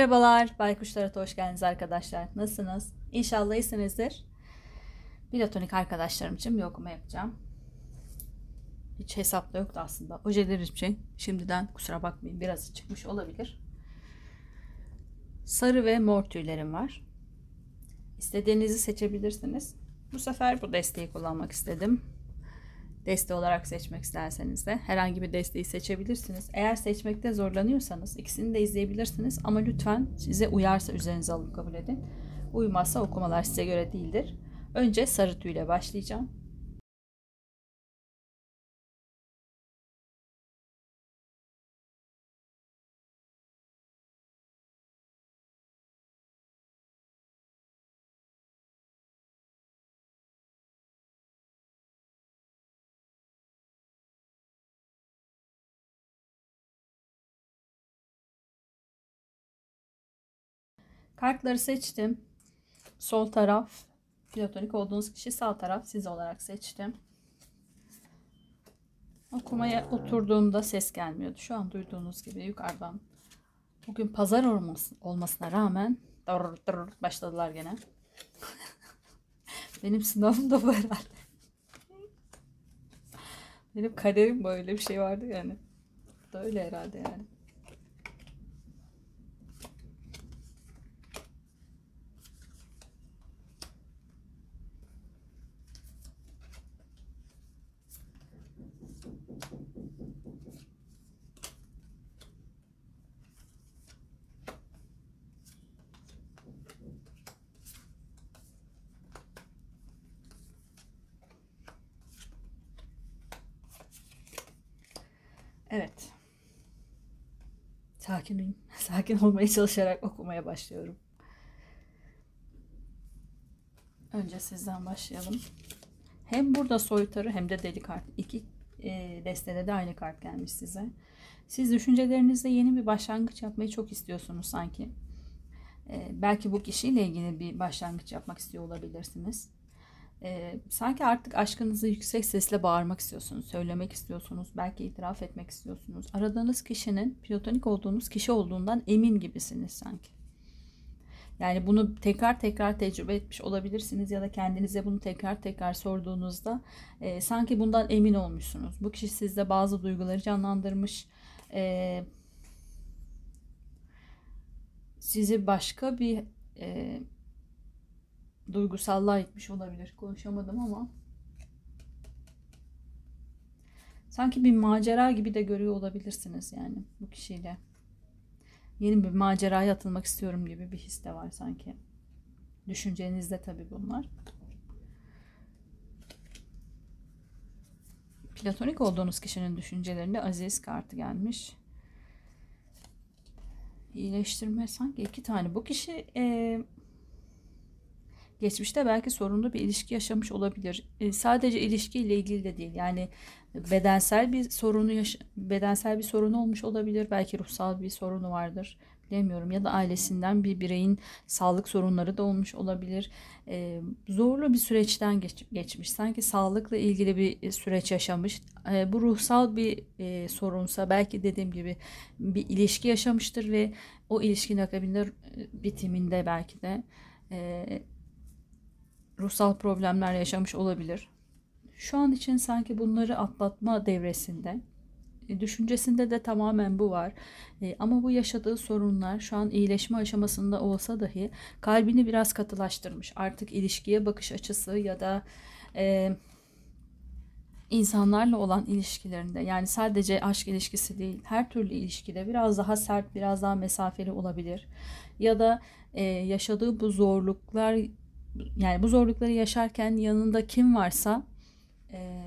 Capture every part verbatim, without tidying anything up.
Merhabalar, Baykuşlar Tarot'a hoş geldiniz arkadaşlar. Nasılsınız? İnşallah iyisinizdir. Platonik arkadaşlarım için bir okuma yapacağım. Hiç hesapta yoktu aslında. Ojeler için şimdiden kusura bakmayın, biraz çıkmış olabilir. Sarı ve mor tüylerim var. İstediğinizi seçebilirsiniz. Bu sefer bu desteği kullanmak istedim. Deste olarak seçmek isterseniz de herhangi bir desteği seçebilirsiniz. Eğer seçmekte zorlanıyorsanız ikisini de izleyebilirsiniz. Ama lütfen size uyarsa üzerinize alıp kabul edin. Uymazsa okumalar size göre değildir. Önce sarı tüyle başlayacağım. Kartları seçtim. Sol taraf platonik olduğunuz kişi, sağ taraf siz olarak seçtim. Okumaya oturduğumda ses gelmiyordu. Şu an duyduğunuz gibi yukarıdan. Bugün pazar olmasına rağmen dur, dur, başladılar gene. Benim sınavım da bu herhalde. Benim kaderim böyle bir şey vardı yani. Bu da öyle herhalde yani. Evet. Sakinim. Sakin olmaya çalışarak okumaya başlıyorum. Önce sizden başlayalım. Hem burada soytarı hem de deli kart. İki e, destede de aynı kart gelmiş size. Siz düşüncelerinizde yeni bir başlangıç yapmayı çok istiyorsunuz sanki. E, belki bu kişiyle ilgili bir başlangıç yapmak istiyor olabilirsiniz. E, sanki artık aşkınızı yüksek sesle bağırmak istiyorsunuz, söylemek istiyorsunuz, belki itiraf etmek istiyorsunuz. Aradığınız kişinin platonik olduğunuz kişi olduğundan emin gibisiniz sanki. Yani bunu tekrar tekrar tecrübe etmiş olabilirsiniz ya da kendinize bunu tekrar tekrar sorduğunuzda e, sanki bundan emin olmuşsunuz. Bu kişi sizde bazı duyguları canlandırmış, e, sizi başka bir e, duygusallığa itmiş olabilir. Konuşamadım ama sanki bir macera gibi de görüyor olabilirsiniz yani bu kişiyle. Yeni bir maceraya atılmak istiyorum gibi bir his de var sanki. Düşüncenizde tabii bunlar. Platonik olduğunuz kişinin düşüncelerinde Aziz kartı gelmiş. İyileştirme sanki iki tane. Bu kişi e, geçmişte belki sorunlu bir ilişki yaşamış olabilir. E, sadece ilişkiyle ilgili de değil. Yani bedensel bir sorunu yaş- bedensel bir sorunu olmuş olabilir. Belki ruhsal bir sorunu vardır. Bilemiyorum. Ya da ailesinden bir bireyin sağlık sorunları da olmuş olabilir. E, zorlu bir süreçten geç- geçmiş. Sanki sağlıkla ilgili bir süreç yaşamış. E, bu ruhsal bir e, sorunsa belki dediğim gibi bir ilişki yaşamıştır ve o ilişkinin akabinde bitiminde belki de e, ruhsal problemler yaşamış olabilir. Şu an için sanki bunları atlatma devresinde. E, Düşüncesinde de tamamen bu var. E, ama bu yaşadığı sorunlar şu an iyileşme aşamasında olsa dahi kalbini biraz katılaştırmış. Artık ilişkiye bakış açısı ya da e, insanlarla olan ilişkilerinde, yani sadece aşk ilişkisi değil, her türlü ilişkide biraz daha sert, biraz daha mesafeli olabilir. Ya da e, yaşadığı bu zorluklar, yani bu zorlukları yaşarken yanında kim varsa e,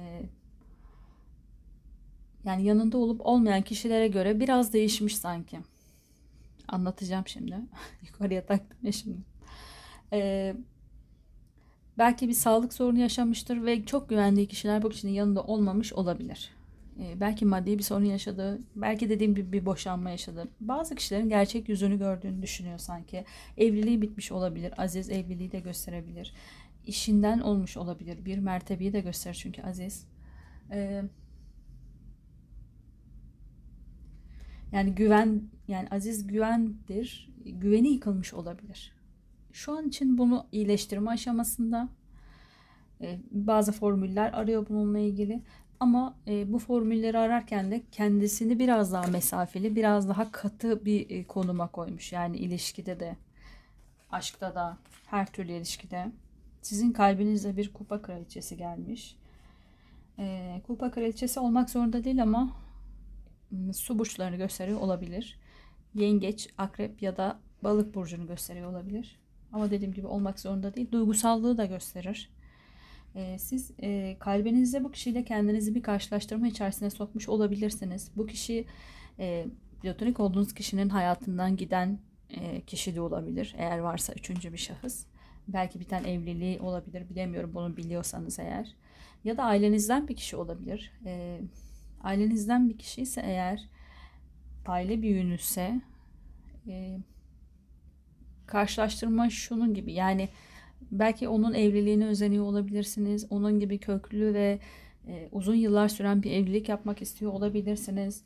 yani yanında olup olmayan kişilere göre biraz değişmiş sanki. Anlatacağım şimdi. Yukarıya taktım ya şimdi. E, belki bir sağlık sorunu yaşamıştır ve çok güvendiği kişiler bu kişinin yanında olmamış olabilir. E, belki maddi bir sorun yaşadı, belki dediğim gibi bir boşanma yaşadı. Bazı kişilerin gerçek yüzünü gördüğünü düşünüyor sanki. Evliliği bitmiş olabilir. Aziz evliliği de gösterebilir. İşinden olmuş olabilir. Bir mertebeyi de gösterir çünkü Aziz. E, Yani güven, yani aziz güvendir. Güveni yıkılmış olabilir. Şu an için bunu iyileştirme aşamasında. E, bazı formüller arıyor bununla ilgili. Ama e, bu formülleri ararken de kendisini biraz daha mesafeli, biraz daha katı bir e, konuma koymuş. Yani ilişkide de, aşkta da, her türlü ilişkide. Sizin kalbinizde bir kupa kraliçesi gelmiş. E, kupa kraliçesi olmak zorunda değil ama m, su burçlarını gösteriyor olabilir. Yengeç, akrep ya da balık burcunu gösteriyor olabilir. Ama dediğim gibi olmak zorunda değil. Duygusallığı da gösterir. Ee, siz e, kalbinizde bu kişiyle kendinizi bir karşılaştırma içerisine sokmuş olabilirsiniz. Bu kişi e, platonik olduğunuz kişinin hayatından giden e, kişi de olabilir. Eğer varsa üçüncü bir şahıs. Belki biten evliliği olabilir. Bilemiyorum, bunu biliyorsanız eğer. Ya da ailenizden bir kişi olabilir. E, ailenizden bir kişi ise eğer, aile büyüğünüzse, e, karşılaştırma şunun gibi. Yani belki onun evliliğine özeniyor olabilirsiniz. Onun gibi köklü ve e, uzun yıllar süren bir evlilik yapmak istiyor olabilirsiniz.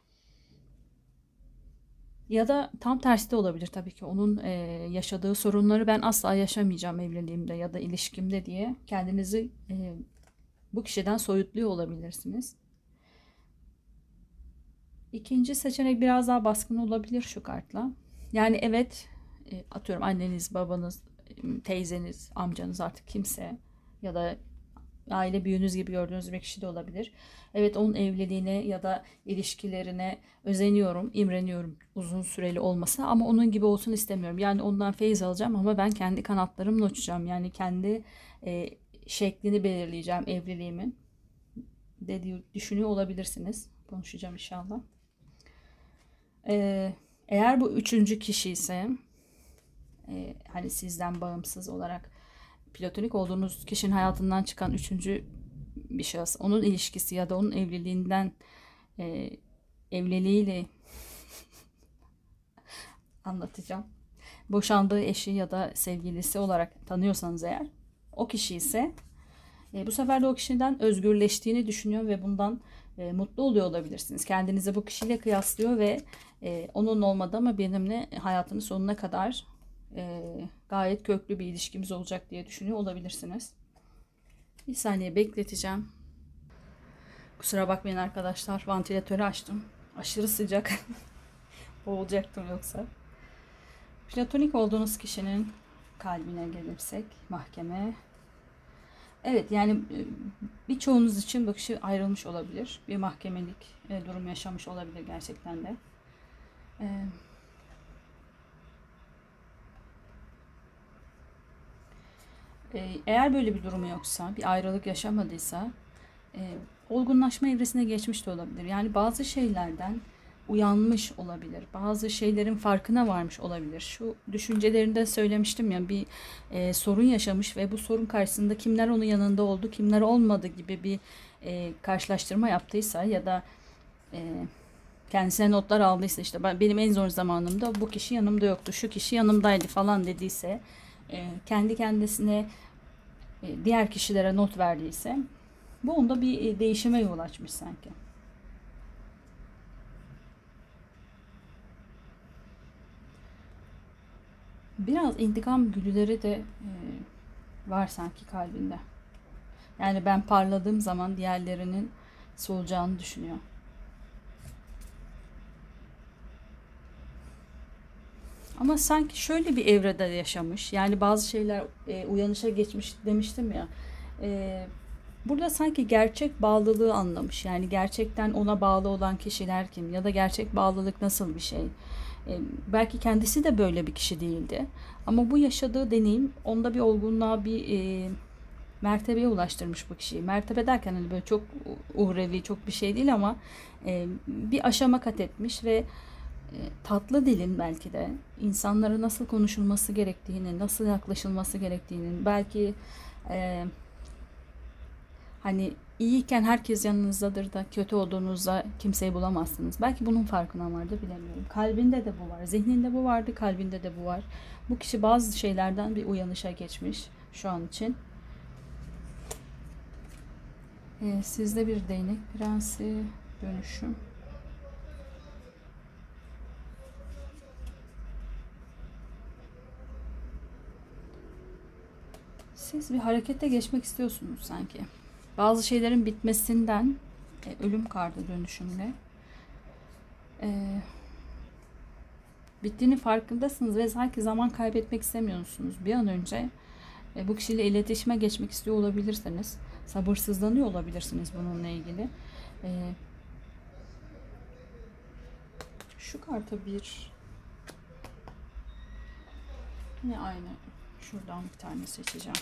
Ya da tam tersi de olabilir tabii ki. Onun e, yaşadığı sorunları ben asla yaşamayacağım evliliğimde ya da ilişkimde diye kendinizi e, bu kişiden soyutluyor olabilirsiniz. İkinci seçenek biraz daha baskın olabilir şu kartla. Yani evet, e, atıyorum anneniz, babanız, e, teyzeniz, amcanız, artık kimse ya da aile büyüğünüz gibi gördüğünüz bir kişi de olabilir. Evet, onun evliliğine ya da ilişkilerine özeniyorum, imreniyorum uzun süreli olmasa, ama onun gibi olsun istemiyorum. Yani ondan feyiz alacağım ama ben kendi kanatlarımla uçacağım. Yani kendi e, şeklini belirleyeceğim evliliğimin dediği düşünüyor olabilirsiniz. Konuşacağım inşallah. Ee, Eğer bu üçüncü kişi ise, e, hani sizden bağımsız olarak platonik olduğunuz kişinin hayatından çıkan üçüncü bir şahıs, onun ilişkisi ya da onun evliliğinden, e, evliliğiyle anlatacağım. Boşandığı eşi ya da sevgilisi olarak tanıyorsanız eğer, o kişi ise e, bu sefer de o kişiden özgürleştiğini düşünüyor ve bundan e, mutlu oluyor olabilirsiniz. Kendinizi bu kişiyle kıyaslıyor ve e, onun olmadı ama benimle hayatımın sonuna kadar e, gayet köklü bir ilişkimiz olacak diye düşünüyor olabilirsiniz. Bir saniye bekleteceğim. Kusura bakmayın arkadaşlar. Vantilatörü açtım. Aşırı sıcak. Boğulacaktım yoksa. Platonik olduğunuz kişinin kalbine gelirsek, mahkeme. Evet, yani e, birçoğunuz için bu kişi ayrılmış olabilir. Bir mahkemelik e, durum yaşamış olabilir gerçekten de. E, e, Eğer böyle bir durum yoksa, bir ayrılık yaşamadıysa, e, olgunlaşma evresine geçmiş de olabilir. Yani bazı şeylerden uyanmış olabilir. Bazı şeylerin farkına varmış olabilir. Şu düşüncelerinde söylemiştim ya, bir e, sorun yaşamış ve bu sorun karşısında kimler onun yanında oldu, kimler olmadı gibi bir e, karşılaştırma yaptıysa ya da e, kendisine notlar aldıysa, işte ben, benim en zor zamanımda bu kişi yanımda yoktu, şu kişi yanımdaydı falan dediyse, e, kendi kendisine e, diğer kişilere not verdiyse, bu onda bir e, değişime yol açmış sanki. Biraz intikam güdüleri de e, var sanki kalbinde. Yani ben parladığım zaman diğerlerinin solacağını düşünüyor. Ama sanki şöyle bir evrede yaşamış. Yani bazı şeyler e, uyanışa geçmiş demiştim ya. E, Burada sanki gerçek bağlılığı anlamış. Yani gerçekten ona bağlı olan kişiler kim? Ya da gerçek bağlılık nasıl bir şey? E, belki kendisi de böyle bir kişi değildi. Ama bu yaşadığı deneyim onda bir olgunluğa, bir e, mertebeye ulaştırmış bu kişiyi. Mertebe derken hani böyle çok uhrevi, çok bir şey değil ama e, bir aşama kat etmiş ve e, tatlı dilin belki de insanlara nasıl konuşulması gerektiğini, nasıl yaklaşılması gerektiğinin, belki e, hani iyiyken herkes yanınızdadır da kötü olduğunuzda kimseyi bulamazsınız. Belki bunun farkına vardı, bilemiyorum. Kalbinde de bu var, zihninde bu vardı, kalbinde de bu var. Bu kişi bazı şeylerden bir uyanışa geçmiş şu an için. Ee, sizde bir değnek prensi, dönüşüm. Siz bir harekete geçmek istiyorsunuz sanki. Bazı şeylerin bitmesinden, e, ölüm kartı dönüşümle e, bittiğinin farkındasınız ve sanki zaman kaybetmek istemiyorsunuz. Bir an önce e, bu kişiyle iletişime geçmek istiyor olabilirsiniz. Sabırsızlanıyor olabilirsiniz bununla ilgili. E, şu karta bir, yine aynı. Şuradan bir tane seçeceğim.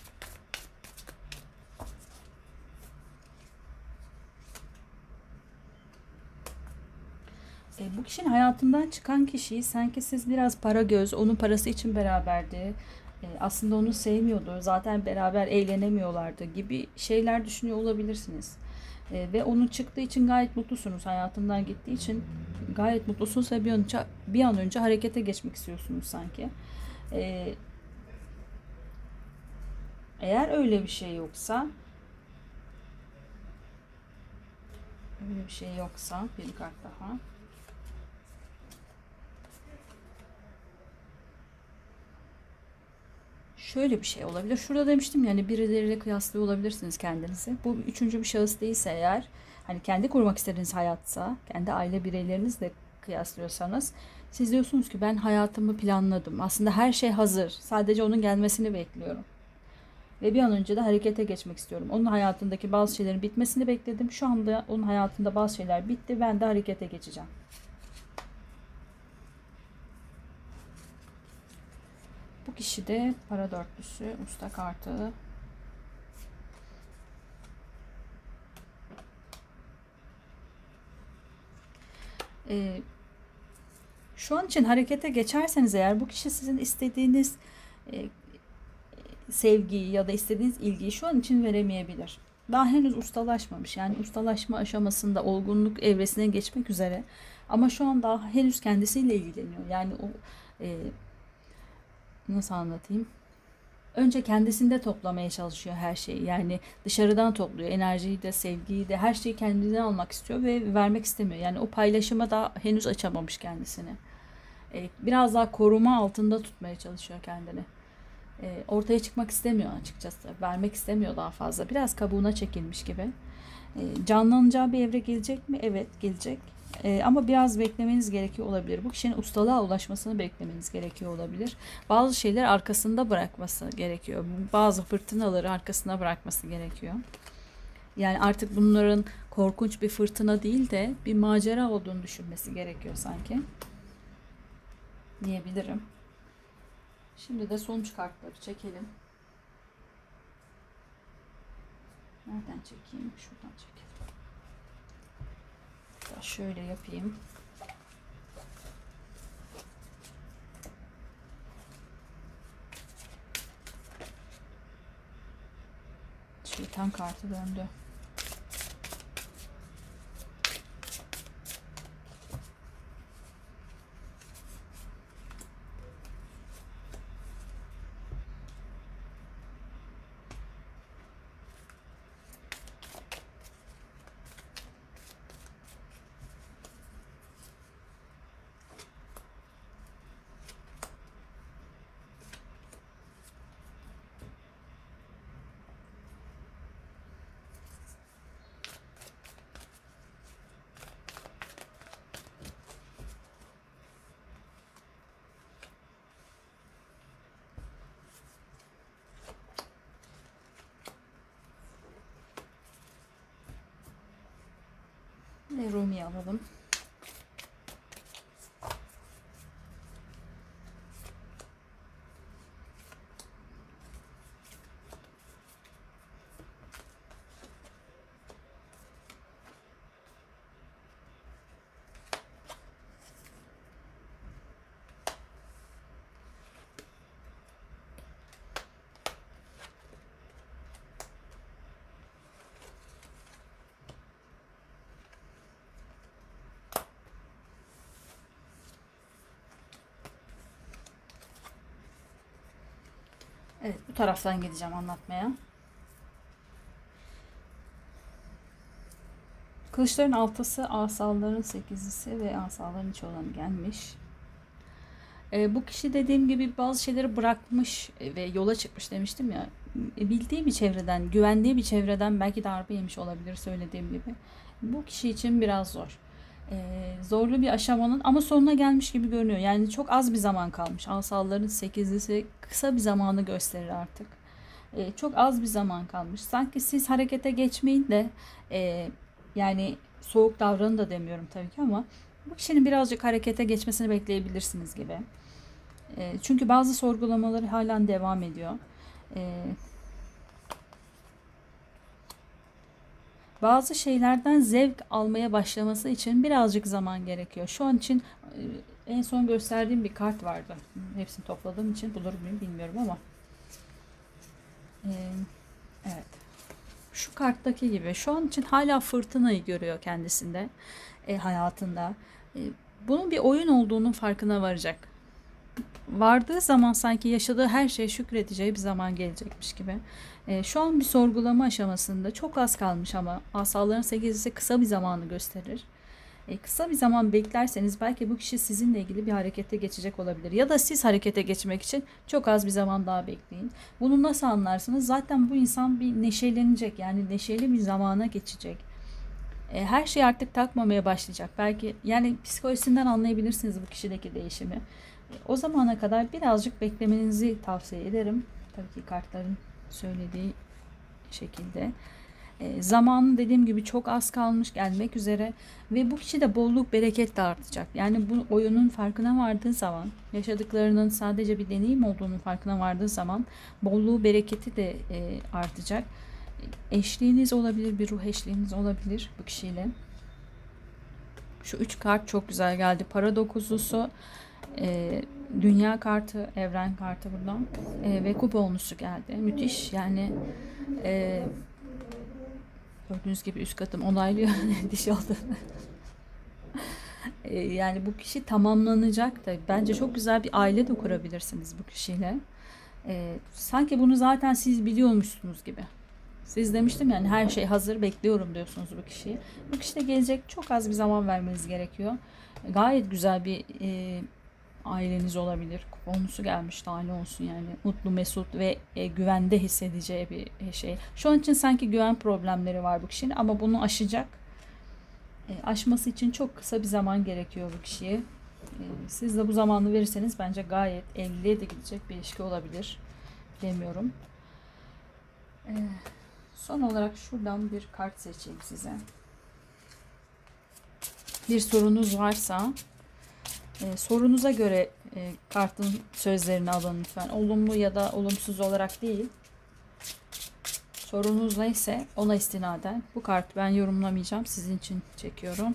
E, bu kişinin hayatından çıkan kişiyi sanki siz biraz para göz, onun parası için beraberdi. E, aslında onu sevmiyordu. Zaten beraber eğlenemiyorlardı gibi şeyler düşünüyor olabilirsiniz. E, ve onun çıktığı için gayet mutlusunuz. Hayatından gittiği için gayet mutlusunuz ve bir an önce, bir an önce harekete geçmek istiyorsunuz sanki. E, eğer öyle bir şey yoksa öyle bir şey yoksa bir kart daha. Şöyle bir şey olabilir. Şurada demiştim yani birileriyle kıyaslıyor olabilirsiniz kendinizi. Bu üçüncü bir şahıs değilse eğer, hani kendi kurmak istediğiniz hayatsa, kendi aile bireylerinizle kıyaslıyorsanız, siz diyorsunuz ki ben hayatımı planladım. Aslında her şey hazır. Sadece onun gelmesini bekliyorum. Ve bir an önce de harekete geçmek istiyorum. Onun hayatındaki bazı şeylerin bitmesini bekledim. Şu anda onun hayatında bazı şeyler bitti. Ben de harekete geçeceğim. Bu kişi de para dörtlüsü, usta kartı. Ee, şu an için harekete geçerseniz eğer, bu kişi sizin istediğiniz e, sevgiyi ya da istediğiniz ilgiyi şu an için veremeyebilir. Daha henüz ustalaşmamış. Yani ustalaşma aşamasında, olgunluk evresine geçmek üzere. Ama şu an daha henüz kendisiyle ilgileniyor. Yani o e, nasıl anlatayım? Önce kendisinde toplamaya çalışıyor her şeyi. Yani dışarıdan topluyor. Enerjiyi de, sevgiyi de, her şeyi kendinden almak istiyor ve vermek istemiyor. Yani o paylaşıma da henüz açamamış kendisini. E, biraz daha koruma altında tutmaya çalışıyor kendini. E, ortaya çıkmak istemiyor açıkçası. Vermek istemiyor daha fazla. Biraz kabuğuna çekilmiş gibi. E, canlanacağı bir evre gelecek mi? Evet, gelecek. E, ama biraz beklemeniz gerekiyor olabilir. Bu kişinin ustalığa ulaşmasını beklemeniz gerekiyor olabilir. Bazı şeyleri arkasında bırakması gerekiyor. Bazı fırtınaları arkasında bırakması gerekiyor. Yani artık bunların korkunç bir fırtına değil de bir macera olduğunu düşünmesi gerekiyor sanki. Diyebilirim. Şimdi de sonuç kartları çekelim. Nereden çekeyim? Şuradan çekelim. Hatta şöyle yapayım. Şeytan kartı döndü. Ve Rumi'yi alalım. Evet, bu taraftan gideceğim anlatmaya. Kılıçların altısı, asaların sekizlisi ve asaların iç olanı gelmiş. E, bu kişi dediğim gibi bazı şeyleri bırakmış e, ve yola çıkmış demiştim ya. E, bildiği bir çevreden, güvendiği bir çevreden belki darbe yemiş olabilir söylediğim gibi. Bu kişi için biraz zor. E, zorlu bir aşamanın ama sonuna gelmiş gibi görünüyor. Yani çok az bir zaman kalmış. Asaların sekizlisi kısa bir zamanı gösterir artık. E, çok az bir zaman kalmış. Sanki siz harekete geçmeyin de e, yani soğuk davranın da demiyorum tabii ki ama bu kişinin birazcık harekete geçmesini bekleyebilirsiniz gibi. E, çünkü bazı sorgulamaları halen devam ediyor. E, bazı şeylerden zevk almaya başlaması için birazcık zaman gerekiyor. Şu an için e, en son gösterdiğim bir kart vardı. Hepsini topladığım için bulur muyum bilmiyorum ama. E, evet. Şu karttaki gibi şu an için hala fırtınayı görüyor kendisinde, e, hayatında. E, bunun bir oyun olduğunun farkına varacak. Vardığı zaman sanki yaşadığı her şeye şükredeceği bir zaman gelecekmiş gibi. E, şu an bir sorgulama aşamasında çok az kalmış ama asaların sekizisi kısa bir zamanı gösterir. E, kısa bir zaman beklerseniz belki bu kişi sizinle ilgili bir harekete geçecek olabilir. Ya da siz harekete geçmek için çok az bir zaman daha bekleyin. Bunu nasıl anlarsınız? Zaten bu insan bir neşelenecek. Yani neşeli bir zamana geçecek. E, her şeyi artık takmamaya başlayacak. Belki yani psikolojisinden anlayabilirsiniz bu kişideki değişimi. E, o zamana kadar birazcık beklemenizi tavsiye ederim. Tabii ki kartların söylediği şekilde. E, zamanı dediğim gibi çok az kalmış gelmek üzere ve bu kişi de bolluk bereket de artacak. Yani bu oyunun farkına vardığı zaman, yaşadıklarının sadece bir deneyim olduğunun farkına vardığı zaman bolluğu bereketi de e, artacak. Eşliğiniz olabilir, bir ruh eşliğiniz olabilir bu kişiyle. Şu üç kart çok güzel geldi. Para dokuzlusu, e, dünya kartı, evren kartı buradan e, ve kupa onlusu geldi. Müthiş yani. E, Gördüğünüz gibi üst katım onaylıyor diş oldu. E, yani bu kişi tamamlanacak da bence çok güzel bir aile de kurabilirsiniz bu kişiyle. E, sanki bunu zaten siz biliyormuşsunuz gibi. Siz demiştim yani her şey hazır bekliyorum diyorsunuz bu kişiyi. Bu kişi de gelecek, çok az bir zaman vermeniz gerekiyor. Gayet güzel bir e, aileniz olabilir. Konusu gelmiş aile olsun yani. Mutlu, mesut ve e, güvende hissedeceği bir e, şey. Şu an için sanki güven problemleri var bu kişinin ama bunu aşacak. E, aşması için çok kısa bir zaman gerekiyor bu kişiye. E, siz de bu zamanı verirseniz bence gayet evliliğe de gidecek bir ilişki olabilir. Bilemiyorum. E, son olarak şuradan bir kart seçeyim size. Bir sorunuz varsa e, sorunuza göre e, kartın sözlerini alın lütfen. Olumlu ya da olumsuz olarak değil. Sorunuz neyse ona istinaden. Bu kartı ben yorumlamayacağım. Sizin için çekiyorum.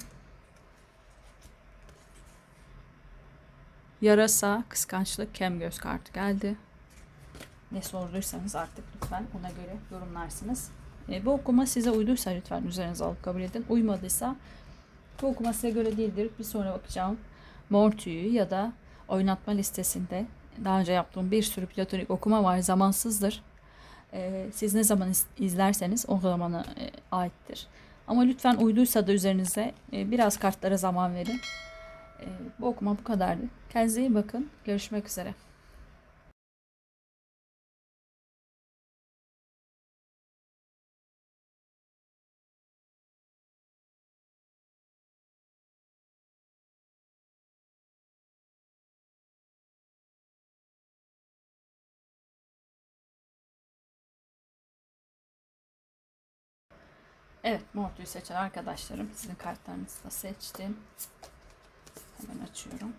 Yarasa, kıskançlık, kemgöz kartı geldi. Ne sorduysanız artık lütfen ona göre yorumlarsınız. E, bu okuma size uyduysa lütfen üzerinize alıp kabul edin. Uymadıysa bu okuma size göre değildir. Bir sonra bakacağım. Mor tüyü ya da oynatma listesinde daha önce yaptığım bir sürü platonik okuma var. Zamansızdır. Ee, siz ne zaman izlerseniz o zamana e, aittir. Ama lütfen uyduysa da üzerinize e, biraz kartlara zaman verin. E, bu okuma bu kadardı. Kendinize iyi bakın. Görüşmek üzere. Evet, Mortu'yu seçen arkadaşlarım. Sizin kartlarınızı da seçtim. Hemen açıyorum.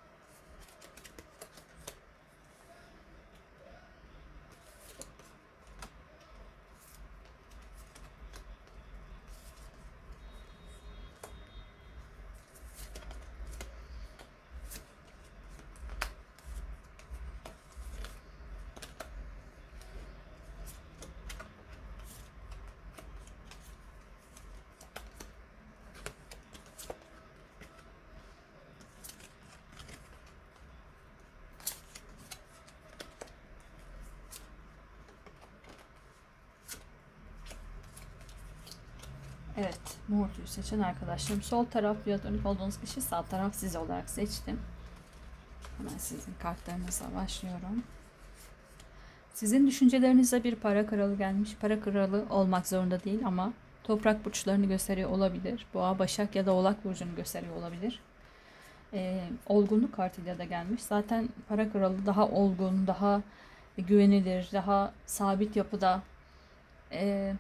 Evet, Mortu'yu seçen arkadaşlarım. Sol taraf platonik olduğunuz kişi, sağ taraf siz olarak seçtim. Hemen sizin kartlarınızla başlıyorum. Sizin düşüncelerinize bir para kralı gelmiş. Para kralı olmak zorunda değil ama toprak burçlarını gösteriyor olabilir. Boğa, Başak ya da Oğlak burcunu gösteriyor olabilir. Ee, olgunluk kartıyla da gelmiş. Zaten para kralı daha olgun, daha güvenilir, daha sabit yapıda. Ee,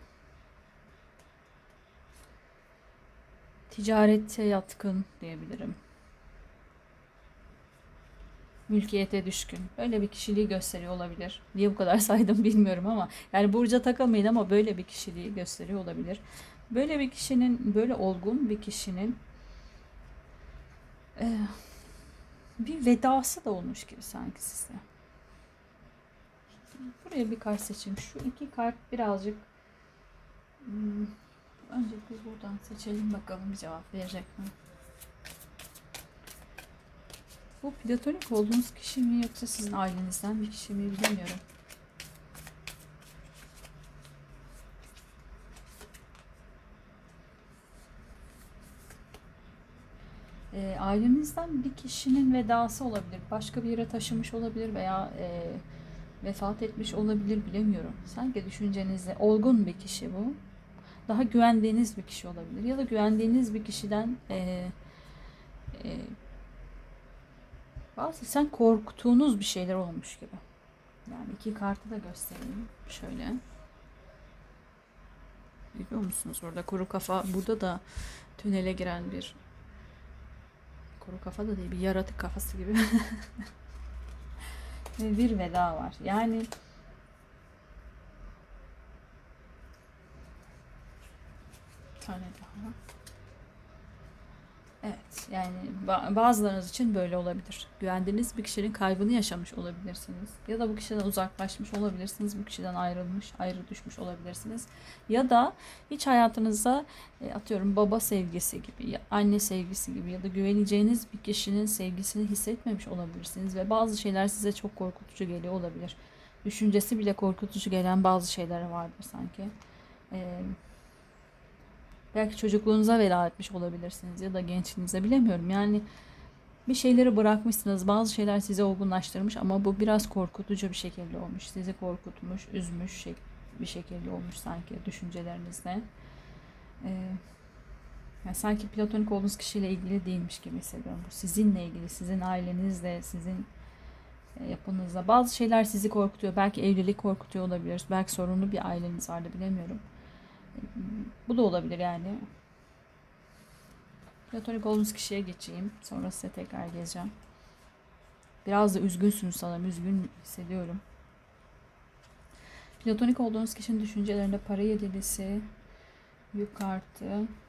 ticarete yatkın diyebilirim. Mülkiyete düşkün. Böyle bir kişiliği gösteriyor olabilir. Niye bu kadar saydım bilmiyorum ama yani burca takılmayın ama böyle bir kişiliği gösteriyor olabilir. Böyle bir kişinin, böyle olgun bir kişinin e, bir vedası da olmuş gibi sanki size. Buraya bir kart seçeyim. Şu iki kart birazcık hmm, önce bir buradan seçelim bakalım bir cevap verecek mi? Bu platonik olduğunuz kişi mi yoksa sizin ailenizden bir kişi mi bilemiyorum. E, ailenizden bir kişinin vedası olabilir. Başka bir yere taşımış olabilir veya e, vefat etmiş olabilir bilemiyorum. Sanki düşüncenizde olgun bir kişi bu. Daha güvendiğiniz bir kişi olabilir. Ya da güvendiğiniz bir kişiden e, e, bazı sen korktuğunuz bir şeyler olmuş gibi. Yani iki kartı da göstereyim. Şöyle. Biliyor musunuz orada kuru kafa, burada da tünele giren bir kuru kafa da değil, bir yaratık kafası gibi bir veda var. Yani bir tane daha. Evet, yani bazılarınız için böyle olabilir. Güvendiğiniz bir kişinin kaybını yaşamış olabilirsiniz. Ya da bu kişiden uzaklaşmış olabilirsiniz. Bu kişiden ayrılmış, ayrı düşmüş olabilirsiniz. Ya da hiç hayatınızda e, atıyorum baba sevgisi gibi, anne sevgisi gibi ya da güveneceğiniz bir kişinin sevgisini hissetmemiş olabilirsiniz. Ve bazı şeyler size çok korkutucu geliyor olabilir. Düşüncesi bile korkutucu gelen bazı şeyler vardır sanki. Evet. Belki çocukluğunuza veda etmiş olabilirsiniz ya da gençliğinize bilemiyorum. Yani bir şeyleri bırakmışsınız. Bazı şeyler sizi olgunlaştırmış ama bu biraz korkutucu bir şekilde olmuş. Sizi korkutmuş, üzmüş şey, bir şekilde olmuş sanki düşüncelerinizde. Ee, yani sanki platonik olduğunuz kişiyle ilgili değilmiş gibi hissediyorum. Bu sizinle ilgili, sizin ailenizle, sizin yapınızla. Bazı şeyler sizi korkutuyor. Belki evlilik korkutuyor olabilir. Belki sorunlu bir aileniz vardı bilemiyorum. Bu da olabilir yani. Platonik olduğunuz kişiye geçeyim. Sonra size tekrar geleceğim. Biraz da üzgünsünüz sanırım. Üzgün hissediyorum. Platonik olduğunuz kişinin düşüncelerinde para yedilisi, yük kartı.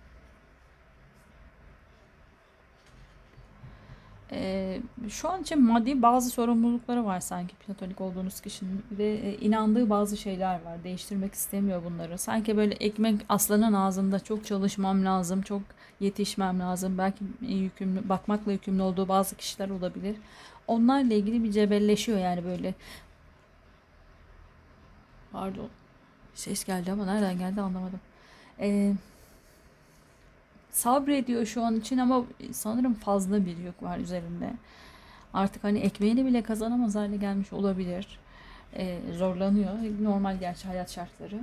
Ee, şu an için maddi bazı sorumlulukları var sanki platonik olduğunuz kişinin ve inandığı bazı şeyler var. Değiştirmek istemiyor bunları. Sanki böyle ekmek aslanın ağzında, çok çalışmam lazım, çok yetişmem lazım. Belki yükümlü, bakmakla yükümlü olduğu bazı kişiler olabilir. Onlarla ilgili bir cebelleşiyor yani böyle. Pardon. Ses geldi ama nereden geldi anlamadım. Ee, sabrediyor şu an için ama sanırım fazla bir yük var üzerinde. Artık hani ekmeğini bile kazanamaz hale gelmiş olabilir. Ee, zorlanıyor. Normal gerçi hayat şartları.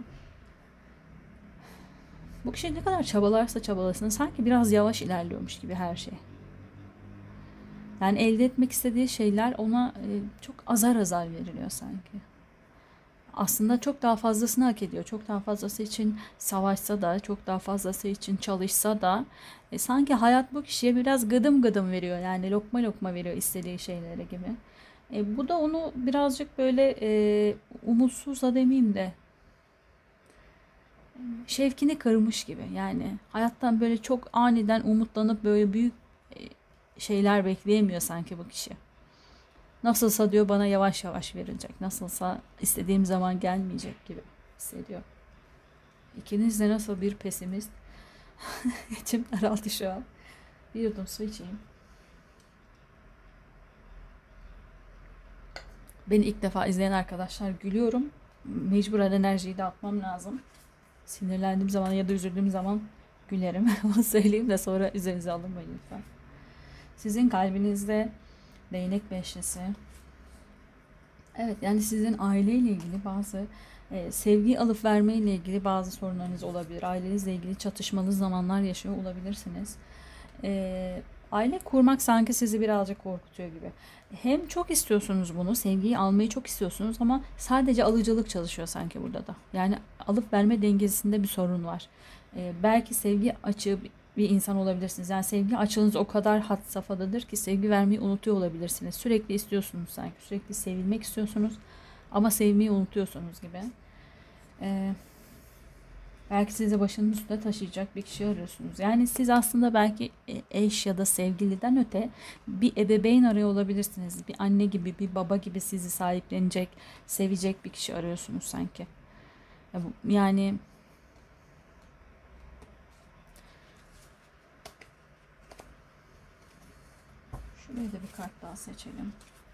Bu kişi ne kadar çabalarsa çabalasın sanki biraz yavaş ilerliyormuş gibi her şey. Yani elde etmek istediği şeyler ona e, çok azar azar veriliyor sanki. Aslında çok daha fazlasını hak ediyor. Çok daha fazlası için savaşsa da, çok daha fazlası için çalışsa da e, sanki hayat bu kişiye biraz gıdım gıdım veriyor. Yani lokma lokma veriyor istediği şeylere gibi. E, bu da onu birazcık böyle e, umutsuza demeyeyim de şevkini kırmış gibi. Yani hayattan böyle çok aniden umutlanıp böyle büyük e, şeyler bekleyemiyor sanki bu kişi. Nasılsa diyor bana yavaş yavaş verilecek. Nasılsa istediğim zaman gelmeyecek gibi hissediyor. İkiniz de nasıl bir pesimist. İçim daraldı şu an. Bir yudum su içeyim. Beni ilk defa izleyen arkadaşlar gülüyorum. Mecburen enerjiyi de atmam lazım. Sinirlendiğim zaman ya da üzüldüğüm zaman gülerim. Onu söyleyeyim de sonra üzerinize alınmayın lütfen. Sizin kalbinizde Değnek beşlisi. Evet, yani sizin aileyle ilgili bazı e, sevgi alıp verme ile ilgili bazı sorunlarınız olabilir. Ailenizle ilgili çatışmalı zamanlar yaşıyor olabilirsiniz. E, Aile kurmak sanki sizi birazcık korkutuyor gibi. Hem çok istiyorsunuz bunu, sevgiyi almayı çok istiyorsunuz ama sadece alıcılık çalışıyor sanki burada da. Yani alıp verme dengesinde bir sorun var. E, belki sevgi açığı bir insan olabilirsiniz. Yani sevgi açığınız o kadar had safhadadır ki sevgi vermeyi unutuyor olabilirsiniz. Sürekli istiyorsunuz sanki. Sürekli sevilmek istiyorsunuz ama sevmeyi unutuyorsunuz gibi. Ee, Belki sizi başının üstünde taşıyacak bir kişi arıyorsunuz. Yani siz aslında belki eş ya da sevgiliden öte bir ebeveyn arıyor olabilirsiniz. Bir anne gibi, bir baba gibi sizi sahiplenecek, sevecek bir kişi arıyorsunuz sanki. Yani şuraya da bir kart daha seçelim.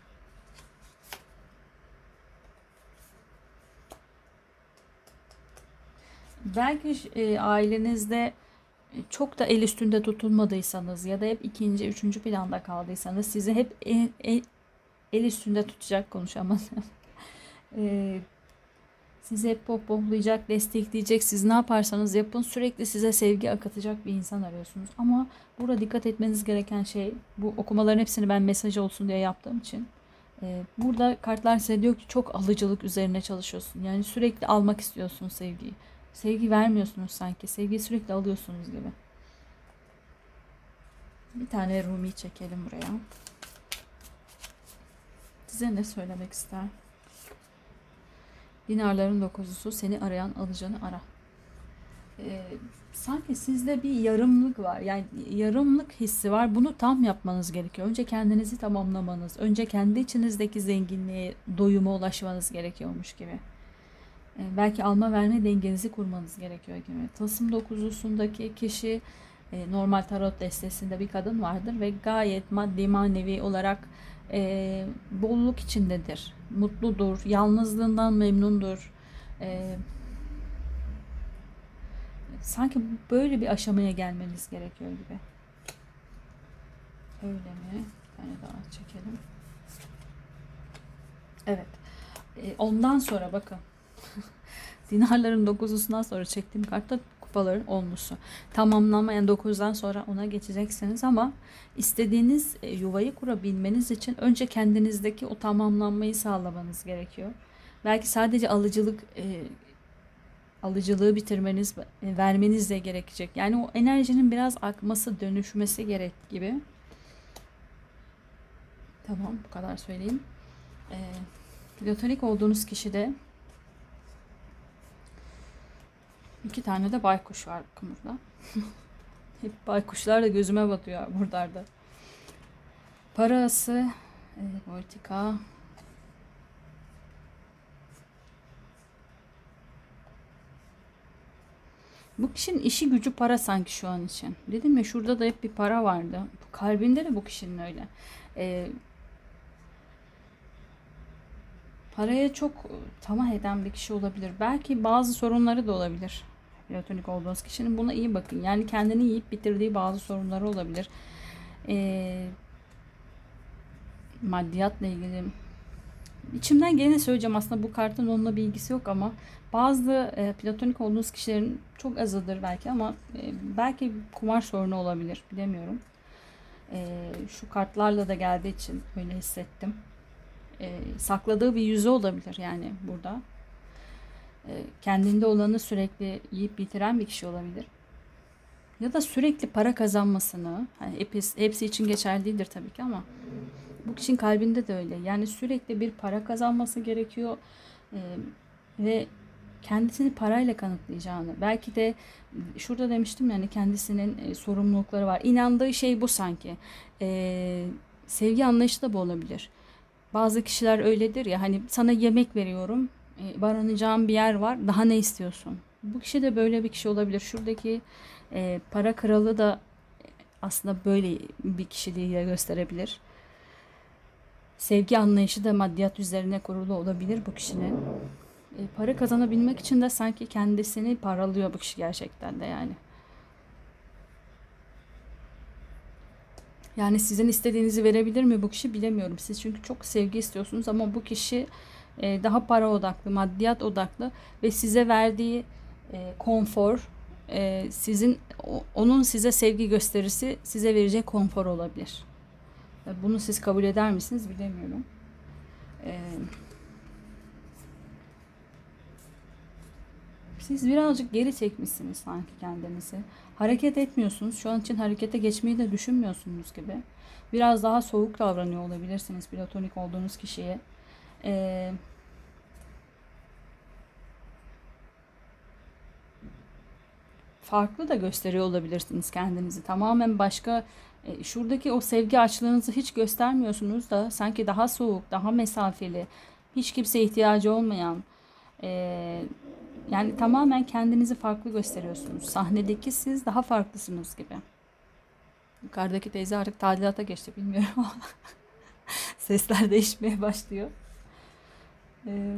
Belki e, ailenizde çok da el üstünde tutulmadıysanız ya da hep ikinci, üçüncü planda kaldıysanız sizi hep el, el, el üstünde tutacak, konuşamadım. e, Sizi hep pohpohlayacak, destekleyecek. Siz ne yaparsanız yapın sürekli size sevgi akıtacak bir insan arıyorsunuz. Ama burada dikkat etmeniz gereken şey, bu okumaların hepsini ben mesaj olsun diye yaptığım için. e, Burada kartlar size diyor ki çok alıcılık üzerine çalışıyorsun. Yani sürekli almak istiyorsun sevgiyi. Sevgi vermiyorsunuz sanki. Sevgiyi sürekli alıyorsunuz gibi. Bir tane Rumi çekelim buraya. Size ne söylemek ister? Dinarların dokuzusu, seni arayan alıcını ara. Ee, Sanki sizde bir yarımlık var. Yani yarımlık hissi var. Bunu tam yapmanız gerekiyor. Önce kendinizi tamamlamanız, önce kendi içinizdeki zenginliğe, doyuma ulaşmanız gerekiyormuş gibi. Ee, belki alma verme dengenizi kurmanız gerekiyor gibi. Tılsım dokuzusundaki kişi e, normal tarot destesinde bir kadın vardır ve gayet maddi manevi olarak e, bolluk içindedir. Mutludur, yalnızlığından memnundur. E, sanki böyle bir aşamaya gelmeniz gerekiyor gibi. Öyle mi? Bir tane daha çekelim. Evet. E, ondan sonra bakın. Dinarların dokuzusundan sonra çektiğim kartta kupaların onlusu. Tamamlamayan dokuzdan sonra ona geçeceksiniz ama istediğiniz e, yuvayı kurabilmeniz için önce kendinizdeki o tamamlanmayı sağlamanız gerekiyor. Belki sadece alıcılık e, alıcılığı bitirmeniz, e, vermeniz de gerekecek. Yani o enerjinin biraz akması, dönüşmesi gerek gibi. Tamam, bu kadar söyleyeyim. E, platonik olduğunuz kişide İki tane de baykuş var burada. Hep baykuşlar da gözüme batıyor buralarda. Parası, e, politika. Bu kişinin işi gücü para sanki şu an için. Dedim ya şurada da hep bir para vardı. Kalbinde de bu kişinin öyle. E, paraya çok tamah eden bir kişi olabilir. Belki bazı sorunları da olabilir. Platonik olduğunuz kişinin buna iyi bakın. Yani kendini yiyip bitirdiği bazı sorunları olabilir. Eee maddiyatla ilgili içimden geleni söyleyeceğim, aslında bu kartın onunla bir ilgisi yok ama bazı e, platonik olduğunuz kişilerin çok azıdır belki ama e, belki kumar sorunu olabilir, bilemiyorum. E, şu kartlarla da geldiği için öyle hissettim. E, sakladığı bir yüzü olabilir yani burada. E, kendinde olanı sürekli yiyip bitiren bir kişi olabilir. Ya da sürekli para kazanmasını, hani hepsi, hepsi için geçerli değildir tabii ki ama bu kişinin kalbinde de öyle. Yani sürekli bir para kazanması gerekiyor ee, ve kendisini parayla kanıtlayacağını. Belki de şurada demiştim yani kendisinin e, sorumlulukları var. İnandığı şey bu sanki. Ee, sevgi anlayışı da bu olabilir. Bazı kişiler öyledir ya, hani sana yemek veriyorum, e, barınacağın bir yer var, daha ne istiyorsun? Bu kişi de böyle bir kişi olabilir. Şuradaki e, para kralı da aslında böyle bir kişiliği de gösterebilir. Sevgi anlayışı da maddiyat üzerine kurulu olabilir bu kişinin. E, para kazanabilmek için de sanki kendisini paralıyor bu kişi gerçekten de yani. Yani sizin istediğinizi verebilir mi bu kişi bilemiyorum. Siz çünkü çok sevgi istiyorsunuz ama bu kişi e, daha para odaklı, maddiyat odaklı ve size verdiği e, konfor, e, sizin o- onun size sevgi gösterisi size verecek konfor olabilir. E, Bunu siz kabul eder misiniz bilemiyorum. E, Siz birazcık geri çekmişsiniz sanki kendinizi. Hareket etmiyorsunuz. Şu an için harekete geçmeyi de düşünmüyorsunuz gibi. Biraz daha soğuk davranıyor olabilirsiniz platonik olduğunuz kişiye. Ee, Farklı da gösteriyor olabilirsiniz kendinizi. Tamamen başka, e, şuradaki o sevgi açlığınızı hiç göstermiyorsunuz da sanki daha soğuk, daha mesafeli, hiç kimseye ihtiyacı olmayan, e, yani tamamen kendinizi farklı gösteriyorsunuz. Sahnedeki siz daha farklısınız gibi. Yukarıdaki teyze artık tadilata geçti bilmiyorum ama sesler değişmeye başlıyor. Ee,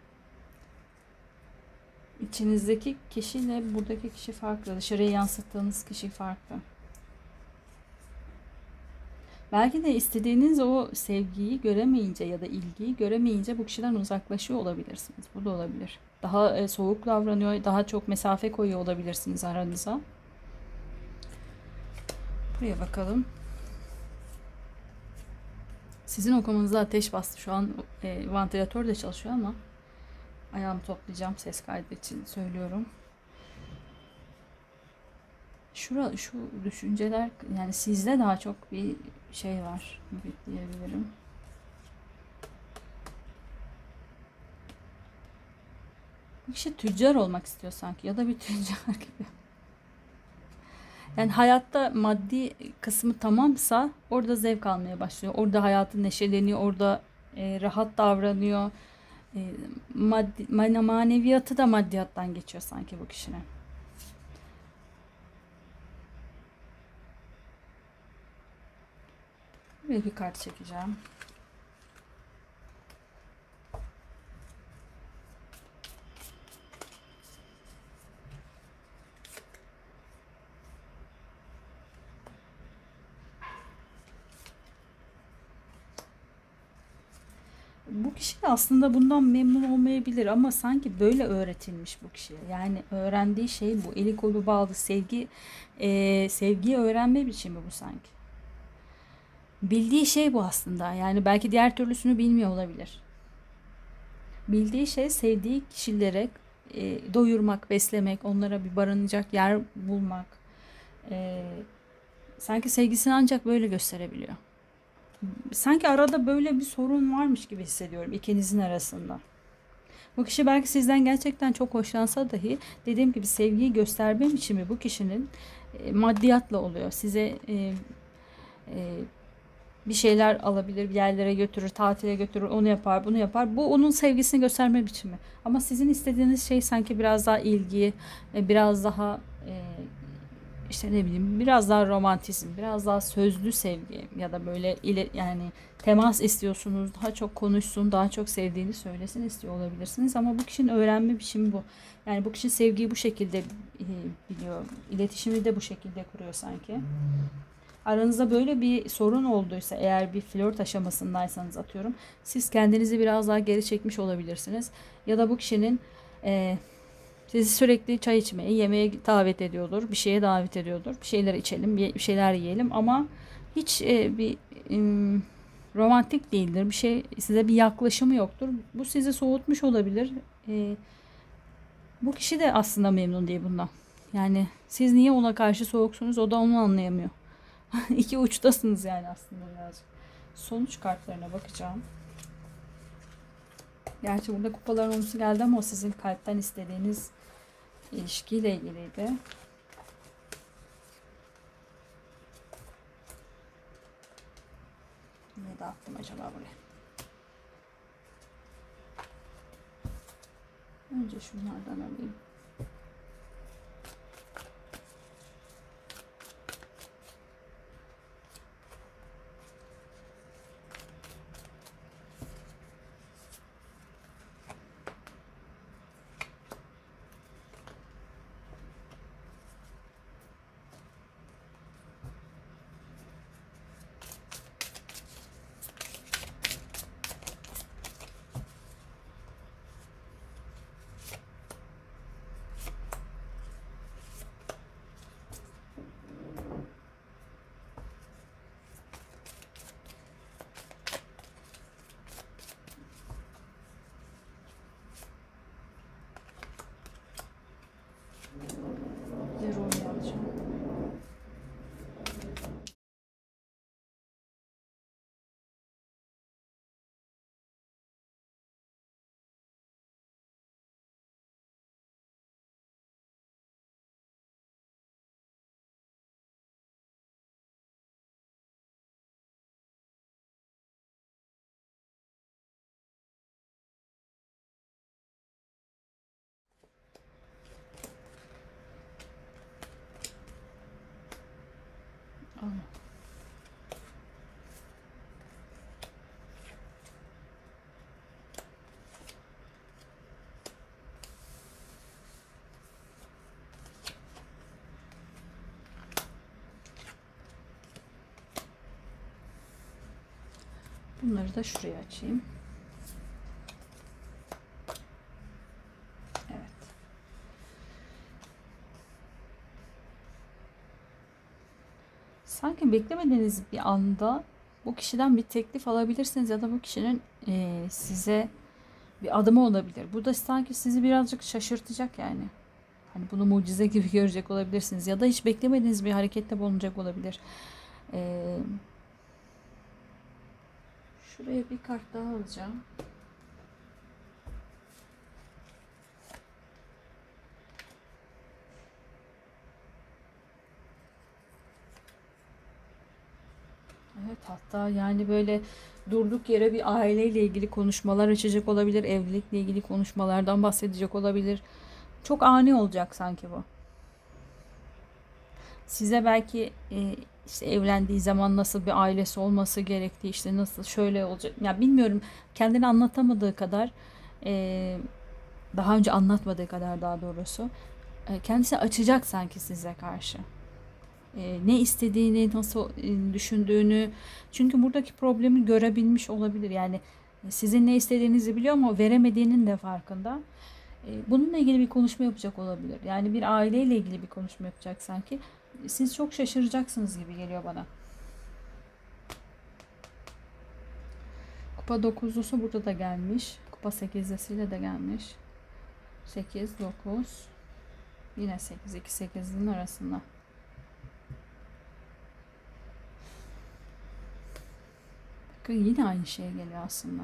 içinizdeki kişiyle buradaki kişi farklı. Dışarıya yansıttığınız kişi farklı. Belki de istediğiniz o sevgiyi göremeyince ya da ilgiyi göremeyince bu kişiden uzaklaşıyor olabilirsiniz. Bu da olabilir. Daha e, soğuk davranıyor, daha çok mesafe koyuyor olabilirsiniz aranıza. Buraya bakalım. Sizin okumanızda ateş bastı. Şu an e, vantilatör de çalışıyor ama ayağımı toplayacağım ses kaydı için söylüyorum. Şura, şu düşünceler yani sizde daha çok bir şey var diyebilirim. Bu kişi tüccar olmak istiyor sanki ya da bir tüccar gibi. Yani hayatta maddi kısmı tamamsa orada zevk almaya başlıyor. Orada hayatı neşeleniyor, orada e, rahat davranıyor. E, maddi, maneviyatı da maddiyattan geçiyor sanki bu kişinin. Böyle bir kart çekeceğim. Bu kişi de aslında bundan memnun olmayabilir ama sanki böyle öğretilmiş bu kişiye. Yani öğrendiği şey bu. Eli kolu bağlı sevgi, e, sevgiyi öğrenme biçimi bu sanki. Bildiği şey bu aslında. Yani belki diğer türlüsünü bilmiyor olabilir. Bildiği şey sevdiği kişilere e, doyurmak, beslemek, onlara bir barınacak yer bulmak. E, Sanki sevgisini ancak böyle gösterebiliyor. Sanki arada böyle bir sorun varmış gibi hissediyorum ikinizin arasında. Bu kişi belki sizden gerçekten çok hoşlansa dahi dediğim gibi sevgiyi gösterme biçimi bu kişinin e, maddiyatla oluyor. Size e, e, bir şeyler alabilir, bir yerlere götürür, tatile götürür, onu yapar, bunu yapar. Bu onun sevgisini gösterme biçimi. Ama sizin istediğiniz şey sanki biraz daha ilgi, e, biraz daha e, işte ne bileyim, biraz daha romantizm, biraz daha sözlü sevgi ya da böyle ile yani temas istiyorsunuz. Daha çok konuşsun, daha çok sevdiğini söylesin istiyor olabilirsiniz ama bu kişinin öğrenme biçimi bu. Yani bu kişi sevgiyi bu şekilde e, biliyor. İletişimi de bu şekilde kuruyor sanki. Aranızda böyle bir sorun olduysa eğer bir flört aşamasındaysanız atıyorum siz kendinizi biraz daha geri çekmiş olabilirsiniz. Ya da bu kişinin e, sizi sürekli çay içmeye, yemeğe davet ediyordur, bir şeye davet ediyordur. Bir şeyler içelim, bir şeyler yiyelim ama hiç e, bir e, romantik değildir. Bir şey size bir yaklaşımı yoktur. Bu sizi soğutmuş olabilir. E, Bu kişi de aslında memnun değil bundan. Yani siz niye ona karşı soğuksunuz o da onu anlayamıyor. İki uçtasınız yani aslında birazcık. Sonuç kartlarına bakacağım. Gerçi burada kupaların olması geldi ama o sizin kalpten istediğiniz ilişkiyle ilgiliydi. Ne dağıttım acaba buraya? Önce şunlardan alayım. Bunları da şuraya açayım. Evet. Sanki beklemediğiniz bir anda bu kişiden bir teklif alabilirsiniz ya da bu kişinin e, size bir adımı olabilir. Bu da sanki sizi birazcık şaşırtacak yani. Hani bunu mucize gibi görecek olabilirsiniz ya da hiç beklemediğiniz bir harekette bulunacak olabilir. Ee, Şuraya bir kart daha alacağım. Evet, hatta yani böyle durduk yere bir aileyle ilgili konuşmalar açacak olabilir, evlilikle ilgili konuşmalardan bahsedecek olabilir. Çok ani olacak sanki bu. Size belki e, işte evlendiği zaman nasıl bir ailesi olması gerektiği, işte nasıl şöyle olacak. Ya bilmiyorum, kendini anlatamadığı kadar, e, daha önce anlatmadığı kadar daha doğrusu, e, kendisi açacak sanki size karşı. E, ne istediğini, nasıl e, düşündüğünü. Çünkü buradaki problemi görebilmiş olabilir. Yani e, sizin ne istediğinizi biliyor ama veremediğinin de farkında. E, bununla ilgili bir konuşma yapacak olabilir. Yani bir aileyle ilgili bir konuşma yapacak sanki. Siz çok şaşıracaksınız gibi geliyor bana. Kupa dokuzlusu burada da gelmiş. Kupa sekizlisiyle de gelmiş. sekiz, dokuz. Yine sekiz. iki sekizin arasında. Bakın yine aynı şey geliyor aslında.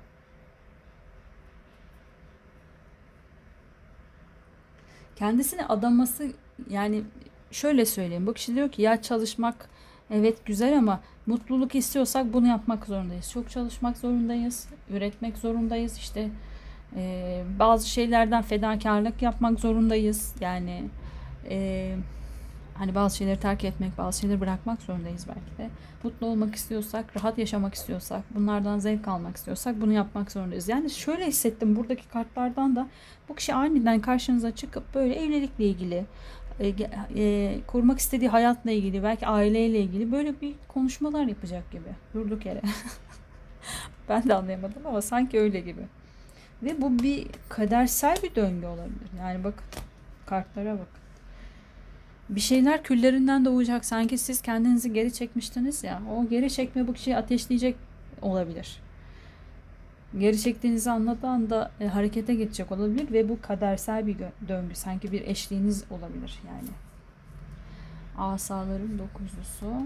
Kendisini adaması, yani şöyle söyleyeyim. Bu kişi diyor ki ya çalışmak evet güzel ama mutluluk istiyorsak bunu yapmak zorundayız. Çok çalışmak zorundayız. Üretmek zorundayız. İşte e, bazı şeylerden fedakarlık yapmak zorundayız. Yani e, hani bazı şeyleri terk etmek, bazı şeyleri bırakmak zorundayız belki de. Mutlu olmak istiyorsak, rahat yaşamak istiyorsak, bunlardan zevk almak istiyorsak bunu yapmak zorundayız. Yani şöyle hissettim buradaki kartlardan da, bu kişi aniden karşınıza çıkıp böyle evlilikle ilgili, e, e, kurmak istediği hayatla ilgili, belki aileyle ilgili böyle bir konuşmalar yapacak gibi. Durduk yere. Ben de anlayamadım ama sanki öyle gibi. Ve bu bir kadersel bir döngü olabilir. Yani bakın, kartlara bak. Bir şeyler küllerinden doğacak. Sanki siz kendinizi geri çekmiştiniz ya. O geri çekme bu kişiyi ateşleyecek olabilir. Geri çektiğinizi anladığı anda e, harekete geçecek olabilir ve bu kadersel bir döngü. Sanki bir eşliğiniz olabilir yani. Asaların dokuzlusu.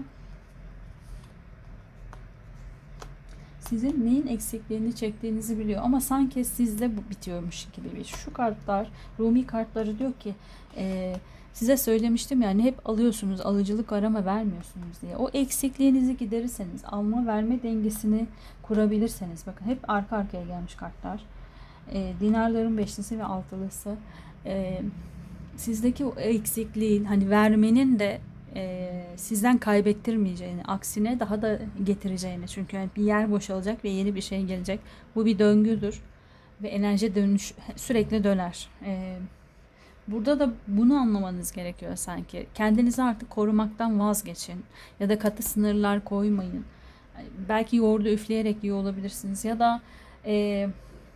Sizin neyin eksikliğini çektiğinizi biliyor ama sanki sizde bu bitiyormuş gibi bir. Şu kartlar, Rumi kartları diyor ki e, size söylemiştim yani, hep alıyorsunuz, alıcılık var ama vermiyorsunuz diye. O eksikliğinizi giderirseniz, alma verme dengesini kurabilirseniz, bakın hep arka arkaya gelmiş kartlar. E, dinarların beşlisi ve altılısı. E, Sizdeki o eksikliğin, hani vermenin de e, sizden kaybettirmeyeceğini, aksine daha da getireceğini. Çünkü yani bir yer boşalacak ve yeni bir şey gelecek. Bu bir döngüdür ve enerji dönüş sürekli döner. E, burada da bunu anlamanız gerekiyor sanki. Kendinizi artık korumaktan vazgeçin ya da katı sınırlar koymayın. Belki yoğurdu üfleyerek yiyor olabilirsiniz ya da e,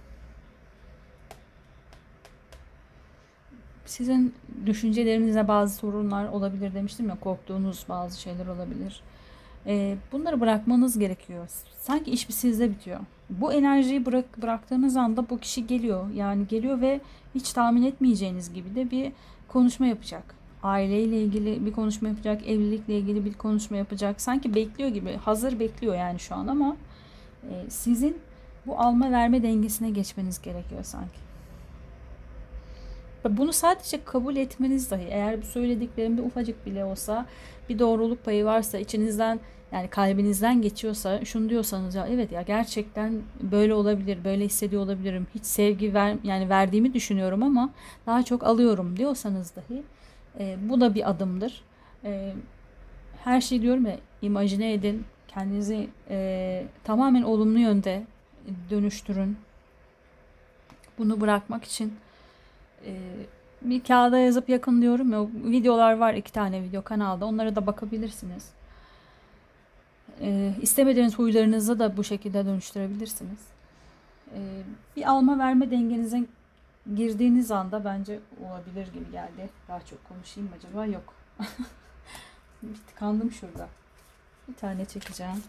sizin düşüncelerinizde bazı sorunlar olabilir demiştim ya, korktuğunuz bazı şeyler olabilir. Ee, bunları bırakmanız gerekiyor. Sanki iş bir sizde bitiyor. Bu enerjiyi bırak, bıraktığınız anda bu kişi geliyor. Yani geliyor ve hiç tahmin etmeyeceğiniz gibi de bir konuşma yapacak. Aileyle ilgili bir konuşma yapacak, evlilikle ilgili bir konuşma yapacak. Sanki bekliyor gibi, hazır bekliyor yani şu an ama e, sizin bu alma verme dengesine geçmeniz gerekiyor sanki. Bunu sadece kabul etmeniz dahi, eğer bu söylediklerimde ufacık bile olsa bir doğruluk payı varsa, içinizden yani kalbinizden geçiyorsa, şunu diyorsanız ya evet ya gerçekten böyle olabilir, böyle hissediyor olabilirim, hiç sevgi ver, yani verdiğimi düşünüyorum ama daha çok alıyorum diyorsanız dahi e, bu da bir adımdır. E, Her şey diyorum ya, imajine edin, kendinizi e, tamamen olumlu yönde dönüştürün. Bunu bırakmak için Ee, bir kağıda yazıp yakın diyorum ya, videolar var, iki tane video kanalda, onlara da bakabilirsiniz. e, istemediğiniz huylarınızı da bu şekilde dönüştürebilirsiniz. E, bir alma verme dengenize girdiğiniz anda bence olabilir gibi geldi. Daha çok konuşayım mı acaba? Yok. Bir tıkandım şurada. Bir tane çekeceğim.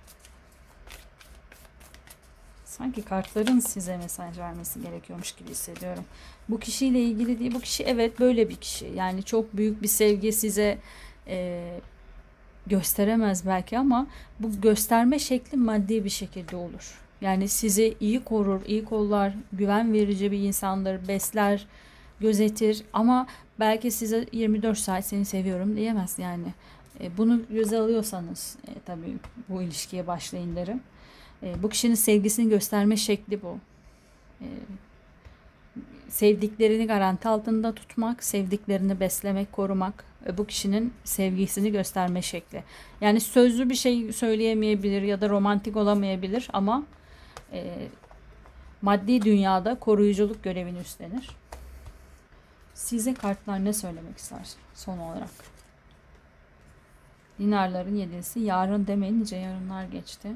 Sanki kartların size mesaj vermesi gerekiyormuş gibi hissediyorum. Bu kişiyle ilgili değil. Bu kişi evet böyle bir kişi. Yani çok büyük bir sevgi size e, gösteremez belki ama bu gösterme şekli maddi bir şekilde olur. Yani sizi iyi korur, iyi kollar, güven verici bir insandır, besler, gözetir ama belki size yirmi dört saat seni seviyorum diyemez yani. E, bunu göze alıyorsanız e, tabii bu ilişkiye başlayın derim. E, bu kişinin sevgisini gösterme şekli bu. E, sevdiklerini garanti altında tutmak, sevdiklerini beslemek, korumak ve bu kişinin sevgisini gösterme şekli. Yani sözlü bir şey söyleyemeyebilir ya da romantik olamayabilir ama e, maddi dünyada koruyuculuk görevini üstlenir. Size kartlar ne söylemek ister son olarak? Dinarların yedisi. Yarın demeyin, nice yarınlar geçti.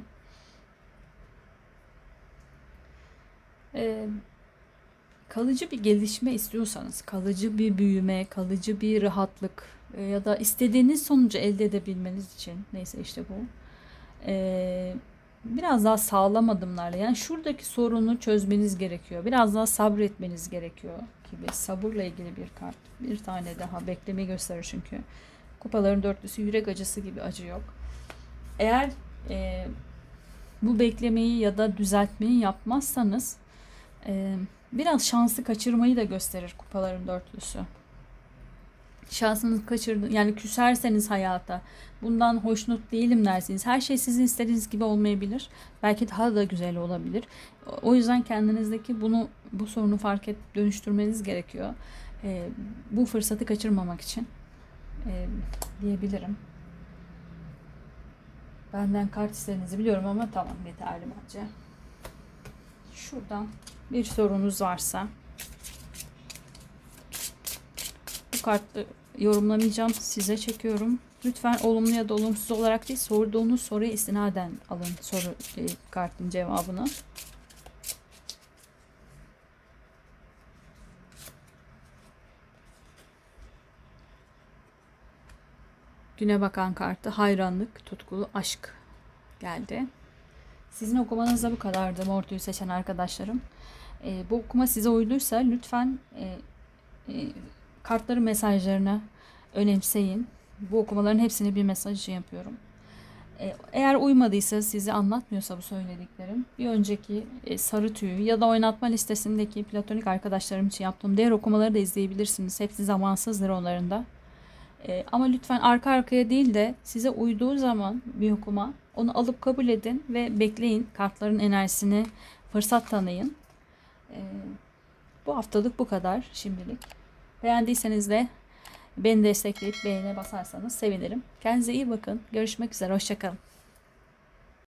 Ee, kalıcı bir gelişme istiyorsanız, kalıcı bir büyüme, kalıcı bir rahatlık e, ya da istediğiniz sonucu elde edebilmeniz için, neyse işte bu. Ee, biraz daha sağlam adımlarla, yani şuradaki sorunu çözmeniz gerekiyor. Biraz daha sabretmeniz gerekiyor gibi. Sabırla ilgili bir kart. Bir tane daha beklemeyi gösterir çünkü. Kupaların dörtlüsü yürek acısı gibi acı yok. Eğer e, bu beklemeyi ya da düzeltmeyi yapmazsanız e, biraz şansı kaçırmayı da gösterir kupaların dörtlüsü. Şansınızı kaçırdı. Yani küserseniz hayata, bundan hoşnut değilim dersiniz. Her şey sizin istediğiniz gibi olmayabilir. Belki daha da güzel olabilir. O yüzden kendinizdeki bunu, bu sorunu fark et, dönüştürmeniz gerekiyor. E, bu fırsatı kaçırmamak için e, diyebilirim. Benden kart istediğinizi biliyorum ama tamam, yeterli bence. Şuradan bir sorunuz varsa bu kartı yorumlamayacağım, size çekiyorum. Lütfen olumlu ya da olumsuz olarak değil, sorduğunuz soruya istinaden alın soru e, kartın cevabını. Güne bakan kartı hayranlık, tutkulu aşk geldi. Sizin okumanız da bu kadardı Mortu'yu seçen arkadaşlarım. E, bu okuma size uyduysa lütfen e, e, kartların mesajlarını önemseyin. Bu okumaların hepsini bir mesaj için yapıyorum. E, eğer uymadıysa, sizi anlatmıyorsa bu söylediklerim, bir önceki e, sarı tüyü ya da oynatma listesindeki platonik arkadaşlarım için yaptığım diğer okumaları da izleyebilirsiniz. Hepsi zamansızdır onların da. E, ama lütfen arka arkaya değil de size uyduğu zaman bir okuma, onu alıp kabul edin ve bekleyin. Kartların enerjisini fırsat tanıyın. E, bu haftalık bu kadar şimdilik. Beğendiyseniz de beni destekleyip beğene basarsanız sevinirim. Kendinize iyi bakın. Görüşmek üzere. Hoşça kalın.